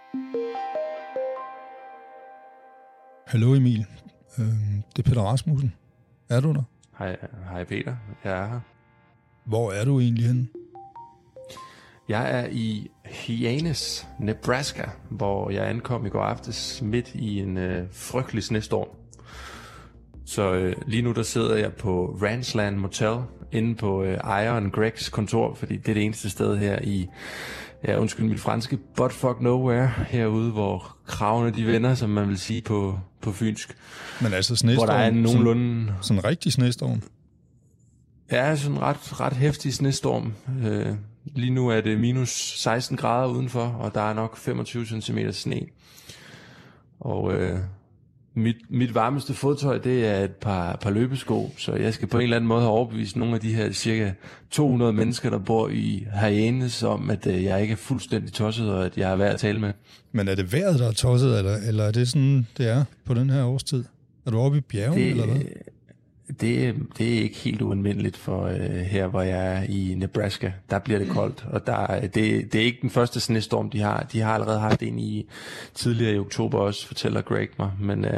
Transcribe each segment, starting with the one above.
Hallo Emil, det er Peter Rasmussen. Er du der? Hej Peter, jeg er her. Hvor er du egentlig henne? Jeg er i Hyannis, Nebraska, hvor jeg ankom i går aftes midt i en frygtelig snestorm. Så lige nu der sidder jeg på Ranchland Motel inde på ejeren Gregs kontor, fordi det er det eneste sted her i, undskyld mit franske, buttfuck nowhere, herude hvor kravene de vender, som man vil sige på fynsk. Men altså snestorm, hvor der er nogenlunde... sådan en rigtig snestorm? Ja, sådan en ret heftig snestorm. Lige nu er det minus 16 grader udenfor, og der er nok 25 cm sne. Og mit varmeste fodtøj, det er et par løbesko, så jeg skal på en eller anden måde have overbevist nogle af de her cirka 200 mennesker, der bor i Hyannis, om at jeg ikke er fuldstændig tosset, og at jeg er værd at tale med. Men er det vejret, der er tosset, eller er det sådan, det er på den her årstid? Er du oppe i bjergene, eller hvad? Det er ikke helt ualmindeligt for her, hvor jeg er i Nebraska. Der bliver det koldt, og det er ikke den første snestorm, de har. De har allerede haft en i tidligere i oktober også, fortæller Greg mig.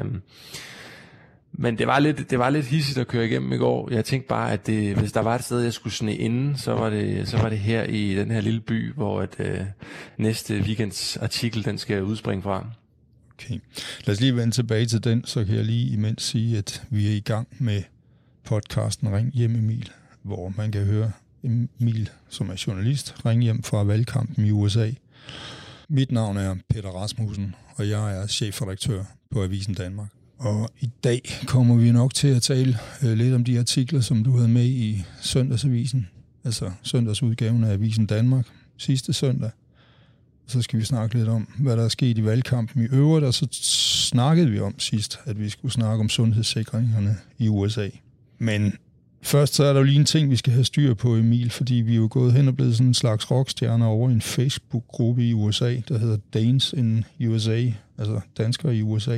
Men det var lidt hissigt at køre igennem i går. Jeg tænkte bare, at hvis der var et sted, jeg skulle sne inden, så var det her i den her lille by, hvor næste weekends artikel, den skal udspringe fra. Okay. Lad os lige vende tilbage til den, så kan jeg lige imens sige, at vi er i gang med podcasten Ring Hjem Emil, hvor man kan høre Emil, som er journalist, ringe hjem fra valgkampen i USA. Mit navn er Peter Rasmussen, og jeg er chefredaktør på Avisen Danmark. Og i dag kommer vi nok til at tale lidt om de artikler, som du havde med i Søndagsavisen, altså søndagsudgaven af Avisen Danmark sidste søndag. Så skal vi snakke lidt om, hvad der er sket i valgkampen i øvrigt, og så snakkede vi om sidst, at vi skulle snakke om sundhedssikringerne i USA. Men først så er der jo lige en ting, vi skal have styr på, Emil, fordi vi er jo gået hen og blevet sådan en slags rockstjerner over i en Facebook-gruppe i USA, der hedder Danes in USA, altså danskere i USA.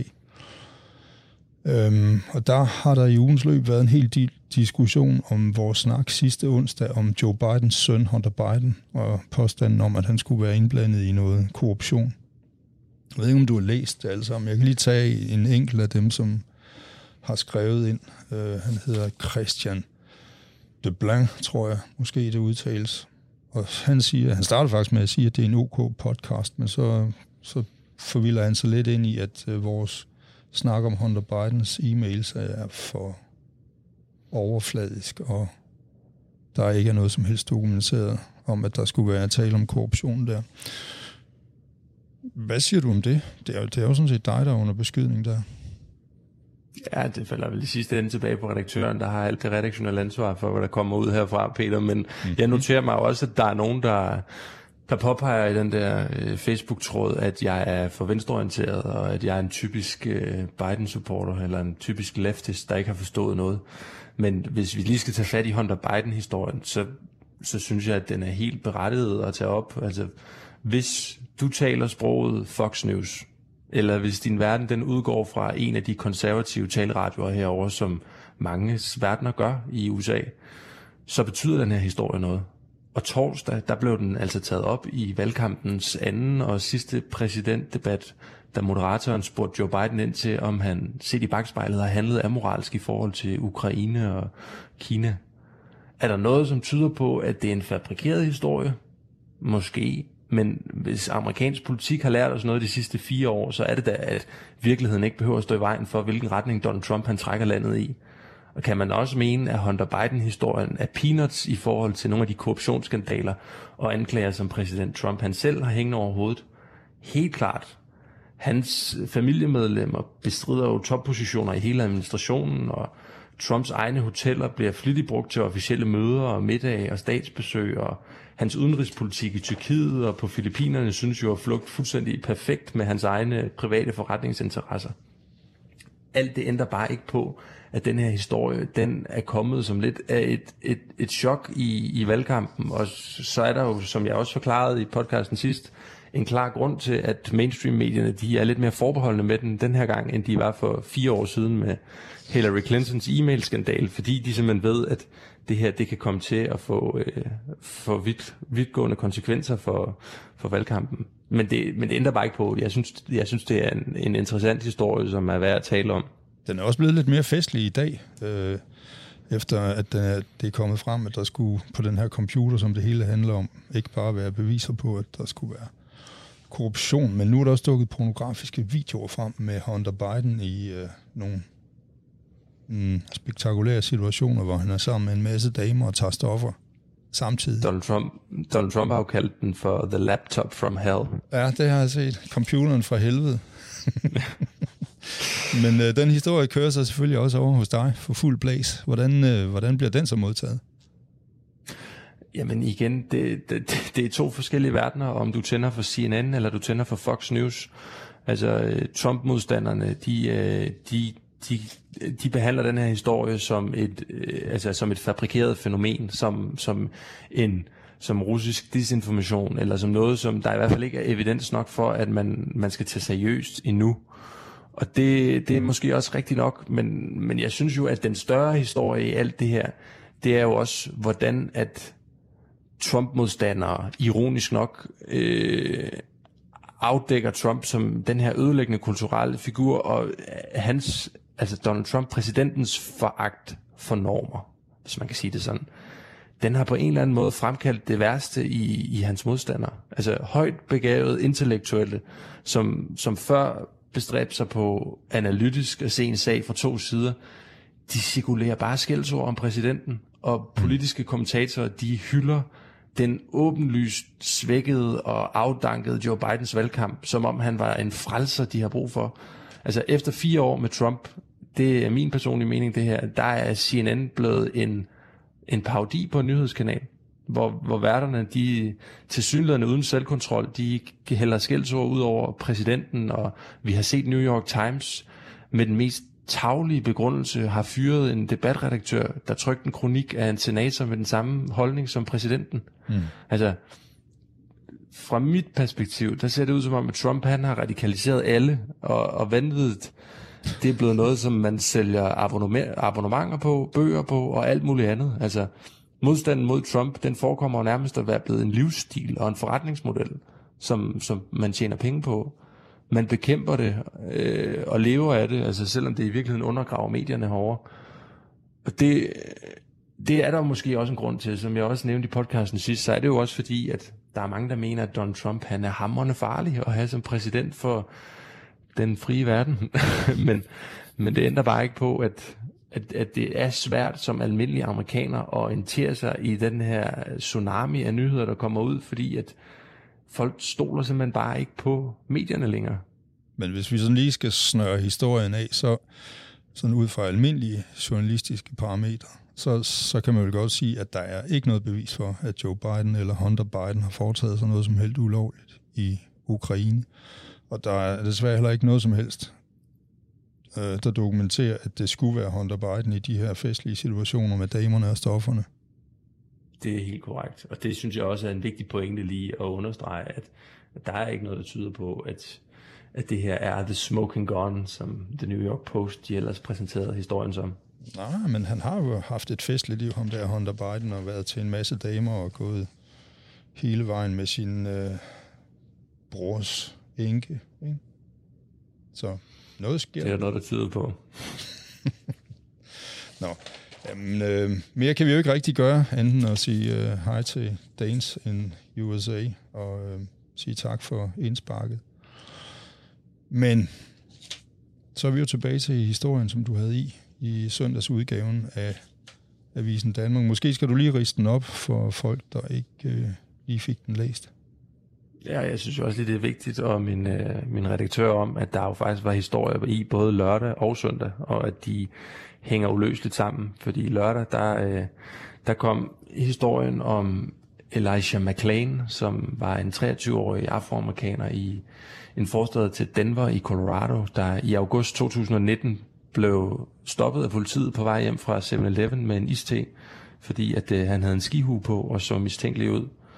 Og der har der i ugens løb været en hel diskussion om vores snak sidste onsdag om Joe Bidens søn, Hunter Biden, og påstanden om, at han skulle være indblandet i noget korruption. Jeg ved ikke, om du har læst det alle sammen. Jeg kan lige tage en enkelt af dem, som har skrevet ind. Han hedder Christian de Blanc, tror jeg, måske det udtales. Og han starter faktisk med at sige, at det er en OK podcast, men så forvilder han sig lidt ind i, at vores snak om Hunter Bidens e-mails er for overfladisk, og der ikke er noget som helst dokumenteret om, at der skulle være tale om korruption der. Hvad siger du om det? Det er jo sådan set dig, der er under beskydning der. Ja, det falder vel i sidste ende tilbage på redaktøren, der har alt det redaktionelle ansvar for, hvad der kommer ud herfra, Peter. Men jeg noterer mig også, at der er nogen, der påpeger i den der Facebook-tråd, at jeg er for venstreorienteret, og at jeg er en typisk Biden-supporter, eller en typisk leftist, der ikke har forstået noget. Men hvis vi lige skal tage fat i Hunter Biden-historien, så synes jeg, at den er helt berettiget at tage op. Altså, hvis du taler sproget Fox News, eller hvis din verden den udgår fra en af de konservative taleradioer herover, som mange verdener gør i USA, så betyder den her historie noget. Og torsdag, der blev den altså taget op i valgkampens anden og sidste præsidentdebat, da moderatoren spurgte Joe Biden ind til, om han set i bagspejlet har handlet amoralsk i forhold til Ukraine og Kina. Er der noget, som tyder på, at det er en fabrikeret historie? Måske. Men hvis amerikansk politik har lært os noget de sidste 4 år, så er det da, at virkeligheden ikke behøver at stå i vejen for, hvilken retning Donald Trump han trækker landet i. Og kan man også mene, at Hunter Biden-historien er peanuts i forhold til nogle af de korruptionsskandaler og anklager, som præsident Trump han selv har hængende over hovedet? Helt klart. Hans familiemedlemmer bestrider jo toppositioner i hele administrationen, og Trumps egne hoteller bliver flittigt brugt til officielle møder og middage og statsbesøg, og hans udenrigspolitik i Tyrkiet og på Filippinerne synes jo at flugte fuldstændig perfekt med hans egne private forretningsinteresser. Alt det ændrer bare ikke på, at den her historie, den er kommet som lidt af et chok i valgkampen, og så er der jo, som jeg også forklarede i podcasten sidst, en klar grund til, at mainstream-medierne, de er lidt mere forbeholdende med den her gang, end de var for 4 år siden med Hillary Clintons e-mail-skandal, fordi de simpelthen ved, at det her, det kan komme til at få vidtgående konsekvenser for valgkampen. Men det ændrer bare ikke på. Jeg synes, det er en interessant historie, som er værd at tale om. Den er også blevet lidt mere festlig i dag, efter at det er kommet frem, at der skulle på den her computer, som det hele handler om, ikke bare være beviser på, at der skulle være korruption, men nu er der også dukket pornografiske videoer frem med Hunter Biden i nogle spektakulære situationer, hvor han er sammen med en masse damer og tager stoffer samtidig. Donald Trump har jo kaldt den for the laptop from hell. Ja, det har jeg set. Computeren fra helvede. Men den historie kører sig selvfølgelig også over hos dig for fuld blæs. Hvordan bliver den så modtaget? Jamen igen, det er 2 forskellige verdener, om du tænder for CNN eller du tænder for Fox News. Altså Trump-modstanderne, de behandler den her historie som et fabrikeret fænomen, som russisk disinformation, eller som noget, som der i hvert fald ikke er evidens nok for, at man skal tage seriøst endnu. Og det er måske også rigtigt nok, men jeg synes jo, at den større historie i alt det her, det er jo også, hvordan at Trump-modstandere, ironisk nok, afdækker Trump som den her ødelæggende kulturelle figur, og Donald Trump, præsidentens foragt for normer, hvis man kan sige det sådan, den har på en eller anden måde fremkaldt det værste i hans modstandere. Altså højt begavede intellektuelle, som før bestræbte sig på analytisk at se en sag fra 2 sider, de cirkulerer bare skældsord om præsidenten, og politiske kommentatorer, de hylder den åbenlyst svækkede og afdankede Joe Bidens valgkamp, som om han var en frelser, de har brug for. Altså efter 4 år med Trump, det er min personlige mening det her, der er CNN blevet en parodi på en nyhedskanal, hvor værterne, de tilsyneladende uden selvkontrol, de hælder skældsord ud over præsidenten, og vi har set New York Times med den mest tarvelige begrundelse har fyret en debatredaktør, der trykte en kronik af en senator med den samme holdning som præsidenten. Altså, fra mit perspektiv, der ser det ud som om, at Trump, han har radikaliseret alle, og vanvittigt, det er blevet noget, som man sælger abonnementer på, bøger på, og alt muligt andet. Altså, modstanden mod Trump, den forekommer nærmest at være blevet en livsstil og en forretningsmodel, som man tjener penge på. Man bekæmper det og lever af det, altså selvom det i virkeligheden undergraver medierne herovre. Og det er der måske også en grund til, som jeg også nævnte i podcasten sidst, så er det jo også fordi, at der er mange, der mener, at Donald Trump, han er hamrende farlig at have som præsident for den frie verden. men det ændrer bare ikke på, at det er svært som almindelig amerikaner at orientere sig i den her tsunami af nyheder, der kommer ud, fordi at folk stoler simpelthen bare ikke på medierne længere. Men hvis vi sådan lige skal snøre historien af, så sådan ud fra almindelige journalistiske parametre, så kan man vel godt sige, at der er ikke noget bevis for, at Joe Biden eller Hunter Biden har foretaget sig noget som helst ulovligt i Ukraine. Og der er desværre heller ikke noget som helst, der dokumenterer, at det skulle være Hunter Biden i de her festlige situationer med damerne og stofferne. Det er helt korrekt, og det synes jeg også er en vigtig pointe lige at understrege, at der er ikke noget, der tyder på, at det her er the smoking gun, som The New York Post de ellers præsenterede historien som. Nej, men han har jo haft et festligt liv, ham der Hunter Biden, og været til en masse damer og gået hele vejen med sin brors enke. Ikke? Så noget sker. Det er noget, der tyder på. Nå. Jamen, mere kan vi jo ikke rigtig gøre, enten at sige hej til Danes in USA og sige tak for indsparket. Men så er vi jo tilbage til historien, som du havde i søndagsudgaven af Avisen Danmark. Måske skal du lige riste den op for folk, der ikke lige fik den læst. Ja, jeg synes jo også lidt, det er vigtigt, og min redaktør om, at der jo faktisk var historier i både lørdag og søndag, og at de hænger uløseligt sammen. Fordi lørdag, der kom historien om Elijah McClain, som var en 23-årig afroamerikaner i en forstad til Denver i Colorado, der i august 2019 blev stoppet af politiet på vej hjem fra 7-Eleven med en iste, fordi at han havde en skihue på og så mistænkelig ud.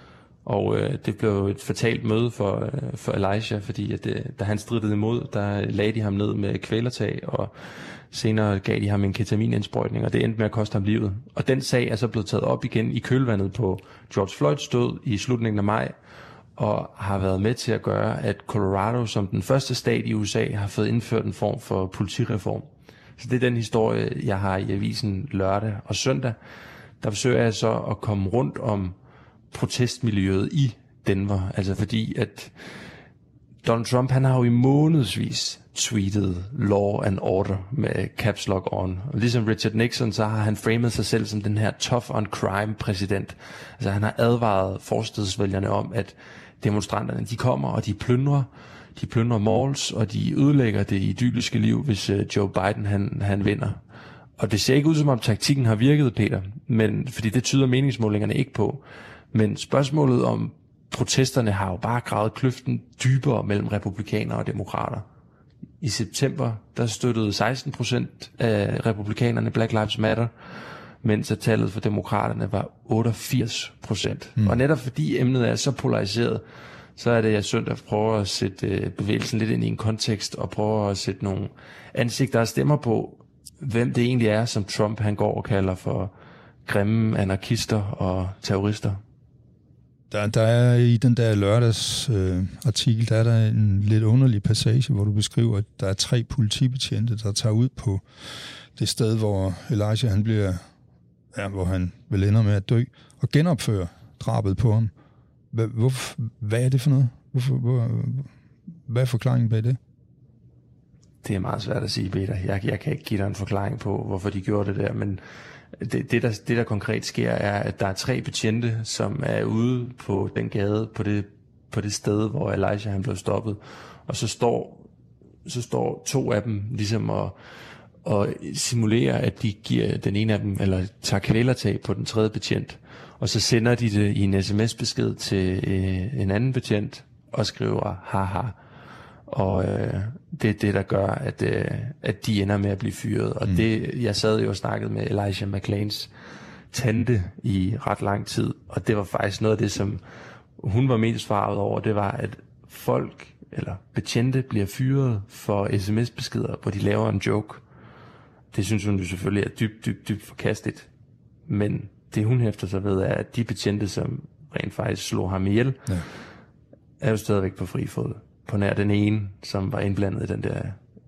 Og det blev et fatalt møde for Elijah, fordi at da han strittede imod, der lagde de ham ned med kvælertag, og senere gav de ham en ketaminindsprøjtning, og det endte med at koste ham livet. Og den sag er så blevet taget op igen i kølvandet på George Floyds død i slutningen af maj, og har været med til at gøre, at Colorado som den første stat i USA har fået indført en form for politireform. Så det er den historie, jeg har i avisen lørdag og søndag. Der forsøger jeg så at komme rundt om protestmiljøet i Denver. Altså fordi, at Donald Trump, han har jo i månedsvis tweetet law and order med caps lock on. Og ligesom Richard Nixon, så har han framet sig selv som den her tough on crime præsident. Altså han har advaret forstadsvælgerne om, at demonstranterne, de kommer og de plyndrer malls, og de ødelægger det idylliske liv, hvis Joe Biden han vinder. Og det ser ikke ud som om taktikken har virket, Peter, men fordi det tyder meningsmålingerne ikke på. Men spørgsmålet om protesterne har jo bare gravet kløften dybere mellem republikanere og demokrater. I september, der støttede 16% af republikanerne Black Lives Matter, mens tallet for demokraterne var 88%. Og netop fordi emnet er så polariseret, så er det, jeg søndag prøver at sætte bevægelsen lidt ind i en kontekst, og prøver at sætte nogle ansigter og stemmer på, hvem det egentlig er, som Trump han går og kalder for grimme anarkister og terrorister. Der er i den der lørdags artikel, der er der en lidt underlig passage, hvor du beskriver, at der er 3 politibetjente, der tager ud på det sted, hvor Elijah han bliver, hvor han vel ender med at dø, og genopfører drabet på ham. Hvad er det for noget? Hvad er forklaringen bag det? Det er meget svært at sige, Peter. Jeg kan ikke give dig en forklaring på, hvorfor de gjorde det der, men det der konkret sker, er, at der er 3 betjente, som er ude på den gade, på det sted, hvor Elijah han blev stoppet, og så står 2 af dem ligesom og simulerer, at de giver den ene af dem, eller tager kvælertag på den 3. betjent, og så sender de det i en sms-besked til en anden betjent, og skriver haha. Og det er det, der gør, at de ender med at blive fyret. Og jeg sad jo og snakkede med Elijah McClains tante i ret lang tid, og det var faktisk noget af det, som hun var mest farvet over, det var, at folk, eller betjente, bliver fyret for sms-beskeder, hvor de laver en joke. Det synes hun jo selvfølgelig er dybt forkasteligt. Men det hun hæfter sig ved, er, at de betjente, som rent faktisk slog ham ihjel, er jo stadigvæk på fri fod. På nær den ene, som var indblandet i den der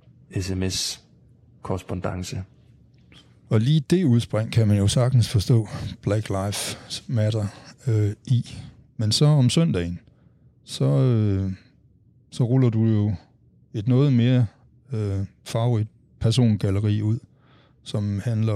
sms-korrespondance. Og lige det udspring kan man jo sagtens forstå Black Lives Matter i. Men så om søndagen, så ruller du jo et noget mere farverigt persongalleri ud, som handler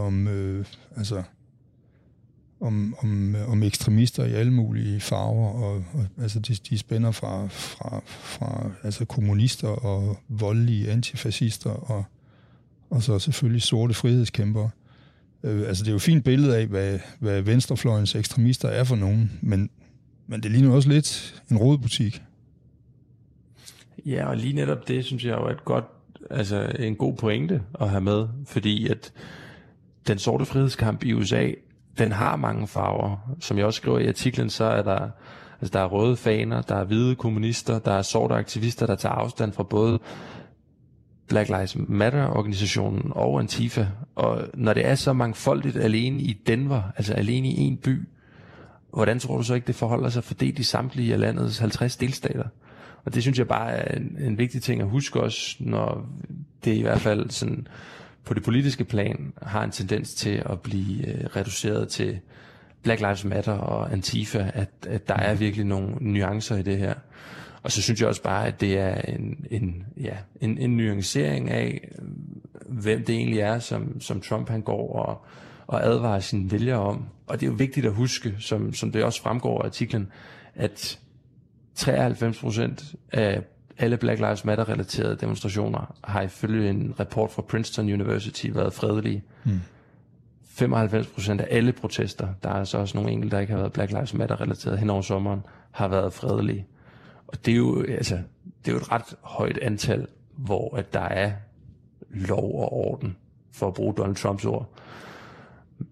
om ekstremister i alle mulige farver, og altså de spænder fra altså kommunister og voldelige antifascister og så selvfølgelig sorte frihedskæmpere. Altså det er jo et fint billede af, hvad venstrefløjens ekstremister er for nogen, men det ligner også lidt en rodebutik. Ja, og lige netop det synes jeg jo er en god pointe at have med, fordi at den sorte frihedskamp i USA, den har mange farver. Som jeg også skriver i artiklen, så er der er røde faner, der er hvide kommunister, der er sorte aktivister, der tager afstand fra både Black Lives Matter-organisationen og Antifa. Og når det er så mangfoldigt alene i Denver, altså alene i en by, hvordan tror du så ikke, det forholder sig fordelt i samtlige af landets 50 delstater? Og det synes jeg bare er en vigtig ting at huske også, når det i hvert fald sådan på det politiske plan har en tendens til at blive reduceret til Black Lives Matter og Antifa, at der er virkelig nogle nuancer i det her. Og så synes jeg også bare, at det er en nuancering af, hvem det egentlig er, som Trump han går og advarer sine vælgere om. Og det er jo vigtigt at huske, som det også fremgår af artiklen, at 93% af alle Black Lives Matter-relaterede demonstrationer har ifølge en rapport fra Princeton University været fredelige. 95% af alle protester, der er så også nogle enkelte, der ikke har været Black Lives Matter-relateret hen over sommeren, har været fredelige. Og det er jo, det er jo et ret højt antal, hvor at der er lov og orden, for at bruge Donald Trumps ord.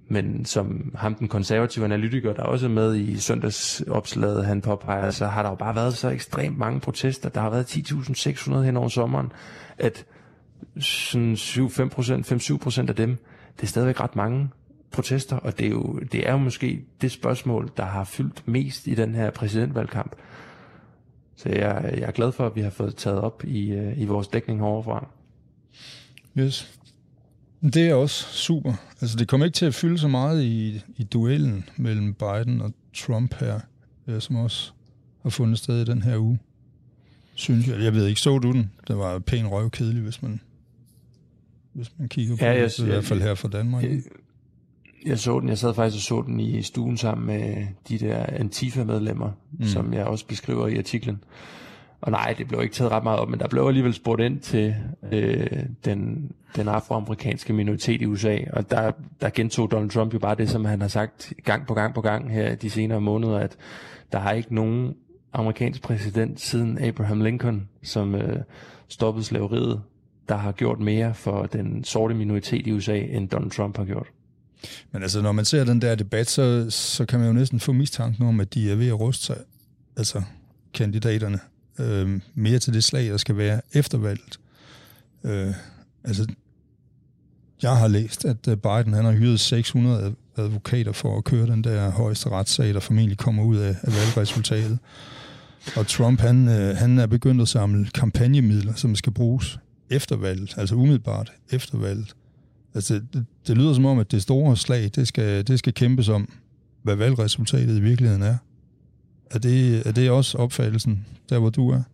Men som ham, den konservative analytiker, der også er med i søndagsopslaget, han påpeger, så har der jo bare været så ekstremt mange protester. Der har været 10.600 hen over sommeren, at sådan 5-7% af dem, det er stadigvæk ret mange protester, og det er jo måske det spørgsmål, der har fyldt mest i den her præsidentvalgkamp. Så jeg er glad for, at vi har fået taget op i vores dækning heroverfra. Yes. Det er også super. Altså, det kommer ikke til at fylde så meget i duellen mellem Biden og Trump her, som også har fundet sted i den her uge, synes jeg. Jeg ved ikke, så du den? Det var pæn røvkedelig, hvis man kigger på det, i hvert fald her fra Danmark. Jeg så den. Jeg sad faktisk og så den i stuen sammen med de der Antifa-medlemmer, som jeg også beskriver i artiklen. Og nej, det blev ikke taget ret meget op, men der blev alligevel spurgt ind til den afroamerikanske minoritet i USA, og der gentog Donald Trump jo bare det, som han har sagt gang på gang her de senere måneder, at der har ikke nogen amerikansk præsident siden Abraham Lincoln, som stoppede slaveriet, der har gjort mere for den sorte minoritet i USA, end Donald Trump har gjort. Men altså, når man ser den der debat, så kan man jo næsten få mistanken om, at de er ved at ruste sig, altså kandidaterne, mere til det slag, der skal være eftervalget. Altså, jeg har læst, at Biden han har hyret 600 advokater for at køre den der højeste retssag, der formentlig kommer ud af valgresultatet. Og Trump, han er begyndt at samle kampagnemidler, som skal bruges eftervalget, altså umiddelbart eftervalget. Altså, det lyder som om, at det store slag, det skal kæmpes om, hvad valgresultatet i virkeligheden er. Er det også opfattelsen, der hvor du er?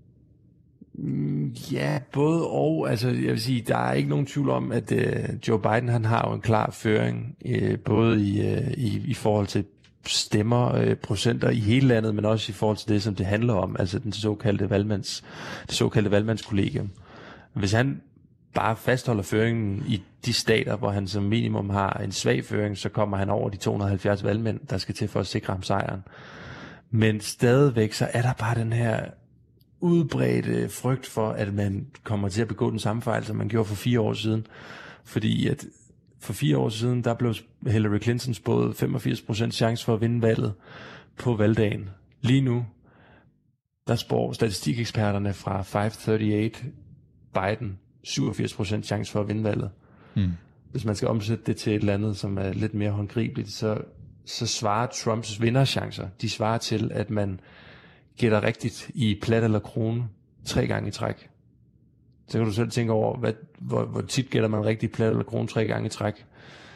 Ja, både og. Altså, jeg vil sige, der er ikke nogen tvivl om, at Joe Biden, han har jo en klar føring, både i forhold til stemmer, procenter i hele landet, men også i forhold til det, som det handler om, altså det såkaldte valgmandskollegium. Hvis han bare fastholder føringen i de stater, hvor han som minimum har en svag føring, så kommer han over de 270 valgmænd, der skal til for at sikre ham sejren. Men stadigvæk, så er der bare den her udbredte frygt for, at man kommer til at begå den samme fejl, som man gjorde for 4 år siden. Fordi at for 4 år siden, der blev Hillary Clinton spået 85% chance for at vinde valget på valgdagen. Lige nu, der spår statistikeksperterne fra 538 Biden 87% chance for at vinde valget. Hvis man skal omsætte det til et eller andet, som er lidt mere håndgribeligt, så svarer Trumps vinderchancer, de svarer til, at man gætter rigtigt i plat eller krone 3 gange i træk. Så kan du selv tænke over, hvor tit gætter man rigtigt plat eller krone 3 gange i træk.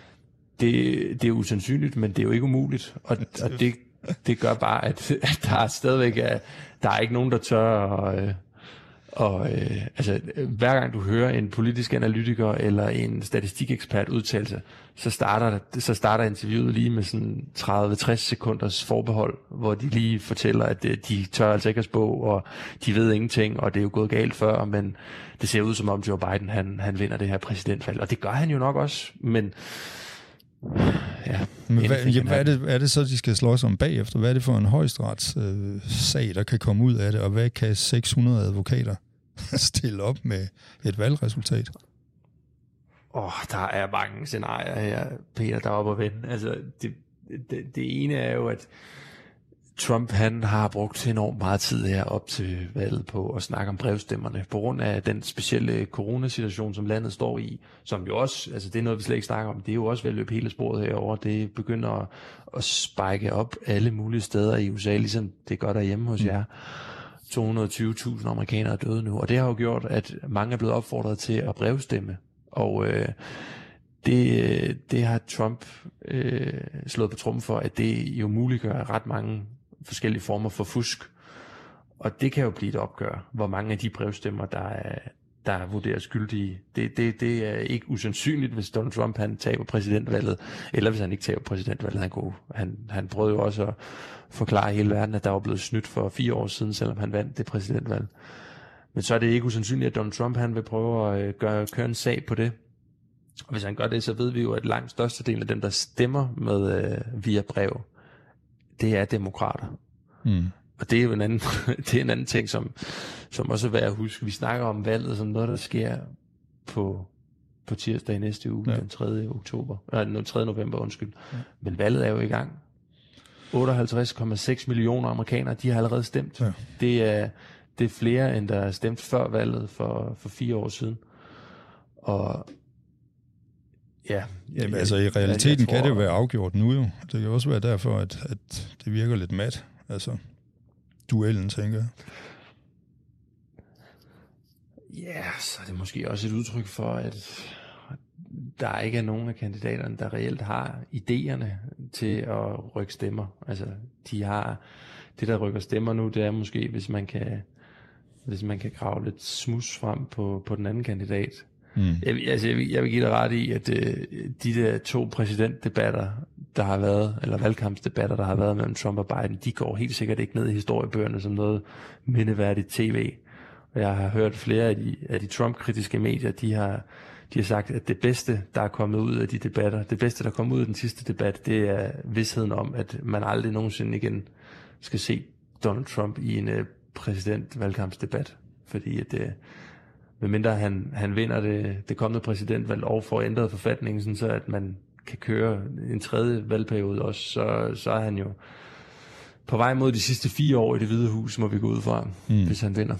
Det er usandsynligt, men det er jo ikke umuligt. Og det gør bare, at der stadigvæk der er ikke nogen, der tør altså, hver gang du hører en politisk analytiker eller en statistikekspert udtale sig, så starter interviewet lige med sådan 30-60 sekunders forbehold, hvor de lige fortæller, at de tør altså ikke at spå, og de ved ingenting, og det er jo gået galt før, men det ser ud som om Joe Biden, han vinder det her præsidentvalg, og det gør han jo nok også, men ja. Men hvad er det så, de skal slås om bagefter? Hvad er det for en højesterets der kan komme ud af det, og hvad kan 600 advokater stille op med et valgresultat? Der er mange scenarier her, Peter, der er oppe at vende. Altså, det ene er jo, at Trump, han har brugt enormt meget tid her op til valget på at snakke om brevstemmerne, på grund af den specielle coronasituation, som landet står i, som jo også, altså det er noget, vi slet ikke snakker om, det er jo også ved at løbe hele sporet herover. Det begynder at spike op alle mulige steder i USA, ligesom det gør derhjemme hos jer. 220.000 amerikanere er døde nu, og det har jo gjort, at mange er blevet opfordret til at brevstemme, og det har Trump slået på trummen for, at det jo muliggør ret mange forskellige former for fusk, og det kan jo blive et opgør, hvor mange af de brevstemmer, der vurderes skyldige. Det er ikke usandsynligt, hvis Donald Trump han taber præsidentvalget, eller hvis han ikke taber præsidentvalget. Han prøvede jo også at forklare hele verden, at der var blevet snydt for 4 år siden, selvom han vandt det præsidentvalg. Men så er det ikke usandsynligt, at Donald Trump han vil prøve at køre en sag på det. Og hvis han gør det, så ved vi jo, at langt størstedelen af dem, der stemmer med via brev, det er demokrater. Og det er jo en anden ting, som også er værd at huske. Vi snakker om valget som noget, der sker på på tirsdag i næste uge, den 3. november, undskyld. Ja. Men valget er jo i gang. 58,6 millioner amerikanere, de har allerede stemt. Ja. Det er flere, end der stemte før valget for 4 år siden. Og ja... Jamen, altså i realiteten kan det jo være afgjort nu jo. Det kan også være derfor, at det virker lidt mat. Altså, duellen, tænker jeg. Ja, så er det måske også et udtryk for, at der ikke er nogen af kandidaterne, der reelt har idéerne til at rykke stemmer. Altså, de har... Det, der rykker stemmer nu, det er måske, hvis man kan grave lidt smus frem på den anden kandidat. Jeg vil give dig ret i, at de der 2 præsidentdebatter, der har været, eller valgkampsdebatter, der har været mellem Trump og Biden, de går helt sikkert ikke ned i historiebøgerne som noget mindeværdigt tv. Og jeg har hørt flere af de Trump-kritiske medier, de har sagt, at det bedste, der er kommet ud af de debatter, det bedste, der er kommet ud af den sidste debat, det er vidsheden om, at man aldrig nogensinde igen skal se Donald Trump i en præsidentvalgkampsdebat. Fordi at medmindre han vinder det kommende præsidentvalg og får ændret forfatningen, sådan så at man kan køre en 3. valgperiode også, så er han jo på vej mod de sidste 4 år i Det Hvide Hus, må vi gå ud fra, hvis han vinder.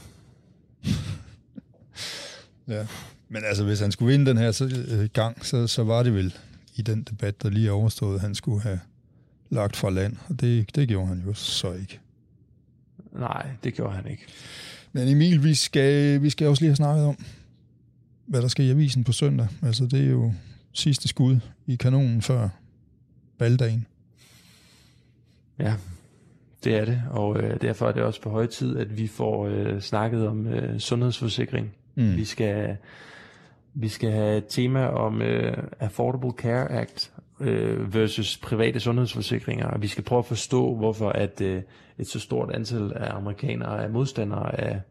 Ja, men altså hvis han skulle vinde den her gang, så var det vel i den debat, der lige er overstået, han skulle have lagt fra land, og det gjorde han jo så ikke. Nej, det gjorde han ikke. Men Emil, vi skal også lige have snakket om, hvad der skal i avisen på søndag. Altså det er jo sidste skud i kanonen før valgdagen. Ja, det er det, og derfor er det også på høje tid, at vi får snakket om sundhedsforsikring. Vi skal have et tema om Affordable Care Act versus private sundhedsforsikringer, og vi skal prøve at forstå, hvorfor at et så stort antal af amerikanere er modstandere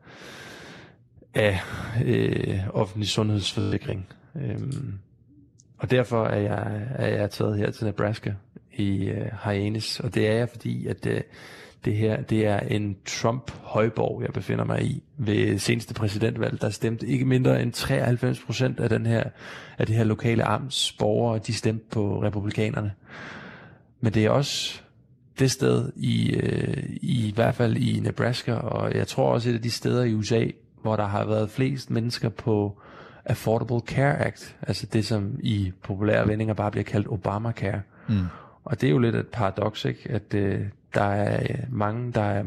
af offentlig sundhedsforsikring. Og derfor er jeg taget her til Nebraska i Hyannis, og det er jeg, fordi at det her, det er en Trump-højborg, jeg befinder mig i. Ved seneste præsidentvalg, der stemte ikke mindre end 93% af det her lokale amts borgere, de stemte på republikanerne. Men det er også det sted i hvert fald i Nebraska, og jeg tror også et af de steder i USA, hvor der har været flest mennesker på Affordable Care Act, altså det som i populære vendinger bare bliver kaldt Obamacare. Og det er jo lidt et paradoks, ikke? At der er mange, der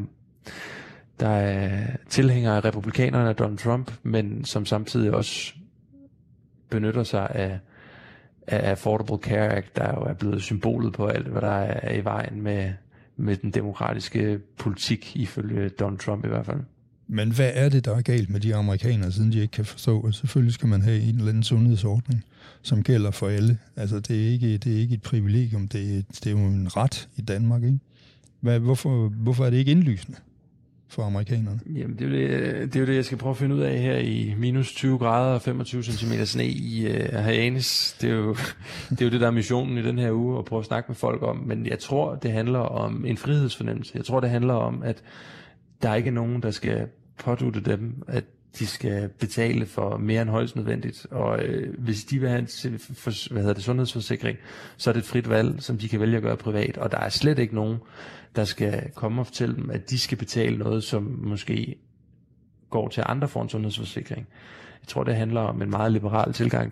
er tilhængere af republikanerne af Donald Trump, men som samtidig også benytter sig af Affordable Care Act, der jo er blevet symbolet på alt, hvad der er i vejen med den demokratiske politik, ifølge Donald Trump i hvert fald. Men hvad er det, der er galt med de amerikanere, siden de ikke kan forstå, at selvfølgelig skal man have en eller anden sundhedsordning, som gælder for alle. Altså, det er ikke et privilegium, det er jo en ret i Danmark, ikke? Hvorfor er det ikke indlysende for amerikanerne? Jamen, det er jo det, jeg skal prøve at finde ud af her i minus 20 grader og 25 cm sne i Hyannis. Det er jo det, der er missionen i den her uge, at prøve at snakke med folk om. Men jeg tror, det handler om en frihedsfornemmelse. Jeg tror, det handler om, at der ikke er nogen, der skal pådutte dem, at de skal betale for mere end højst nødvendigt. Og hvis de vil have en sundhedsforsikring, så er det et frit valg, som de kan vælge at gøre privat. Og der er slet ikke nogen, der skal komme og fortælle dem, at de skal betale noget, som måske går til andre for en sundhedsforsikring. Jeg tror, det handler om en meget liberal tilgang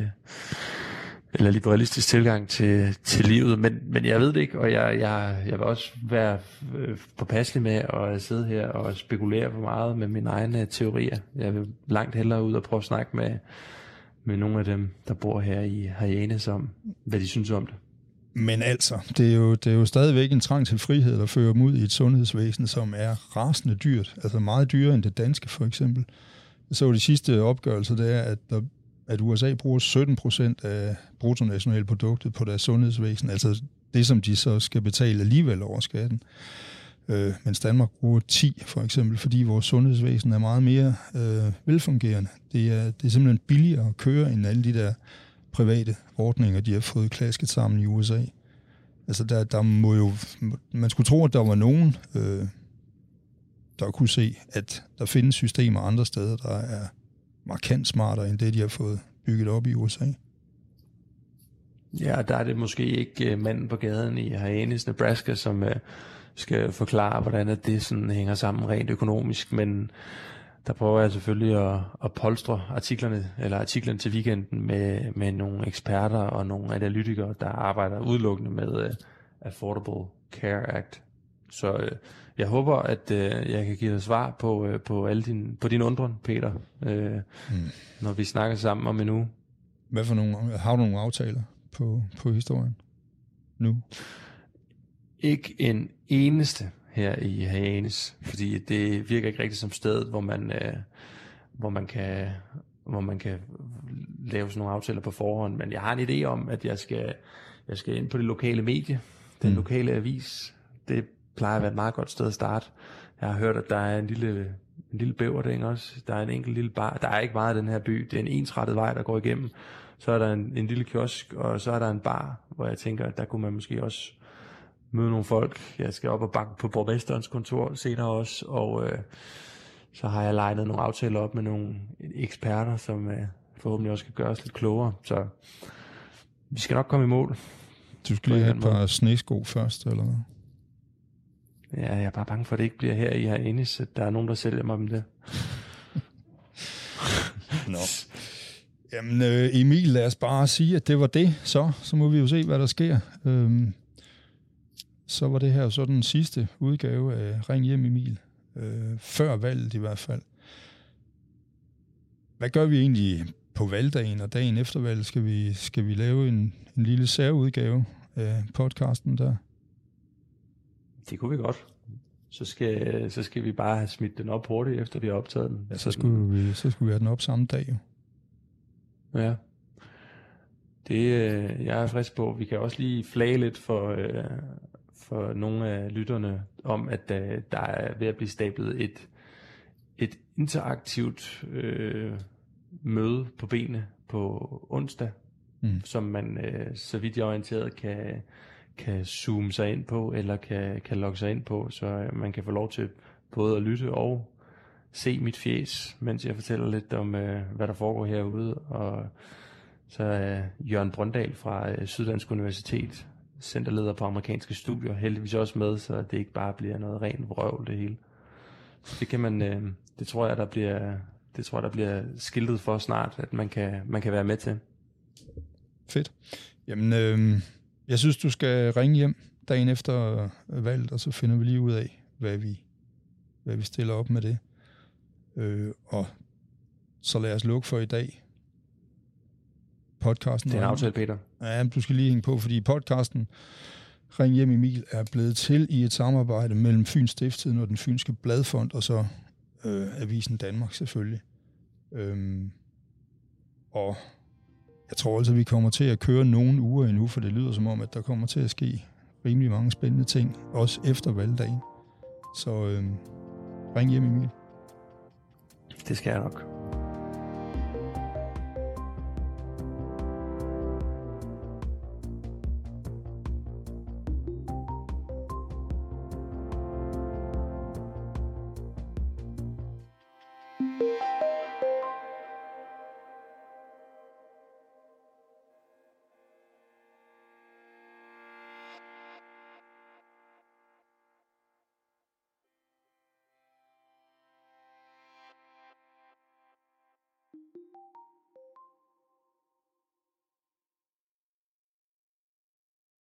eller liberalistisk tilgang til livet, men jeg ved det ikke, og jeg vil også være påpasselig med at sidde her og spekulere for meget med mine egne teorier. Jeg vil langt hellere ud og prøve at snakke med nogle af dem, der bor her i Hyannis, om hvad de synes om det. Men altså, det er jo stadigvæk en trang til frihed, der fører dem ud i et sundhedsvæsen, som er rasende dyrt, altså meget dyrere end det danske for eksempel. Så de sidste opgørelser, det er, at USA bruger 17% af bruttonationalproduktet på deres sundhedsvæsen, altså det, som de så skal betale alligevel over skatten. Mens Danmark bruger 10 for eksempel, fordi vores sundhedsvæsen er meget mere velfungerende. Det er simpelthen billigere at køre end alle de der private ordninger, de har fået klasket sammen i USA. Altså der må jo, man skulle tro, at der var nogen, der kunne se, at der findes systemer andre steder, der er markant smartere end det, de har fået bygget op i USA. Ja, der er det måske ikke manden på gaden i Hyannis, Nebraska, som skal forklare, hvordan det sådan hænger sammen rent økonomisk, men der prøver jeg selvfølgelig at polstre artiklen til weekenden med nogle eksperter og nogle analytikere, der arbejder udelukkende med Affordable Care Act. Så jeg håber, at jeg kan give dig svar på din undren, Peter, når vi snakker sammen om en uge. Hvad for nogle, har du nogle aftaler på historien nu? Ikke en eneste her i Hyannis, fordi det virker ikke rigtigt som sted, hvor man kan lave sådan nogle aftaler på forhånd, men jeg har en idé om, at jeg skal ind på det lokale medie, den lokale avis. Det plejer at være et meget godt sted at starte. Jeg har hørt, at der er en lille bæverding også. Der er en enkelt lille bar. Der er ikke meget af den her by. Det er en ensrettet vej, der går igennem. Så er der en lille kiosk, og så er der en bar, hvor jeg tænker, at der kunne man måske også møde nogle folk. Jeg skal op og banke på borgmesterens kontor senere også, og så har jeg legnet nogle aftaler op med nogle eksperter, som forhåbentlig også kan gøre os lidt klogere. Så vi skal nok komme i mål. Du skal lige have et par snesko først, eller hvad? Ja, jeg er bare bange for, at det ikke bliver her i Hyannis, at der er nogen, der sælger mig dem det. Nå. Jamen Emil, lad os bare sige, at det var det. Så må vi jo se, hvad der sker. Så var det her jo så den sidste udgave af Ring hjem Emil. Før valget i hvert fald. Hvad gør vi egentlig på valgdagen og dagen efter valget? Skal vi lave en lille særudgave af podcasten der? Det kunne vi godt. Så skal vi bare have smidt den op hurtigt, efter vi har optaget den. Ja, så skulle vi have den op samme dag jo. Ja. Jeg er frisk på. Vi kan også lige flage lidt for nogle af lytterne om, at der er ved at blive stablet et interaktivt møde på benene på onsdag, som man, så vidt jeg er orienteret, kan zoome sig ind på, eller kan logge sig ind på, så man kan få lov til både at lytte og se mit fjes, mens jeg fortæller lidt om, hvad der foregår herude. Og så er Jørgen Brøndal fra Syddansk Universitet, centerleder på amerikanske studier, heldigvis også med, så det ikke bare bliver noget rent vrøvl det hele. Så det kan man, det tror jeg der bliver skiltet for snart, at man kan være med til. Fedt. Jamen, jeg synes du skal ringe hjem dagen efter valget, og så finder vi lige ud af, hvad vi stiller op med det. Og så lad os lukke for i dag. Podcasten. Det er en aftale, Peter. Ja, du skal lige hænge på, fordi podcasten Ring hjem Emil er blevet til i et samarbejde mellem Fyns Stiftstidende og den Fynske Bladfond, og så Avisen Danmark selvfølgelig. Og jeg tror altså, vi kommer til at køre nogle uger endnu, for det lyder som om, at der kommer til at ske rimelig mange spændende ting, også efter valgdagen. Så ring hjem Emil. Det skal jeg nok.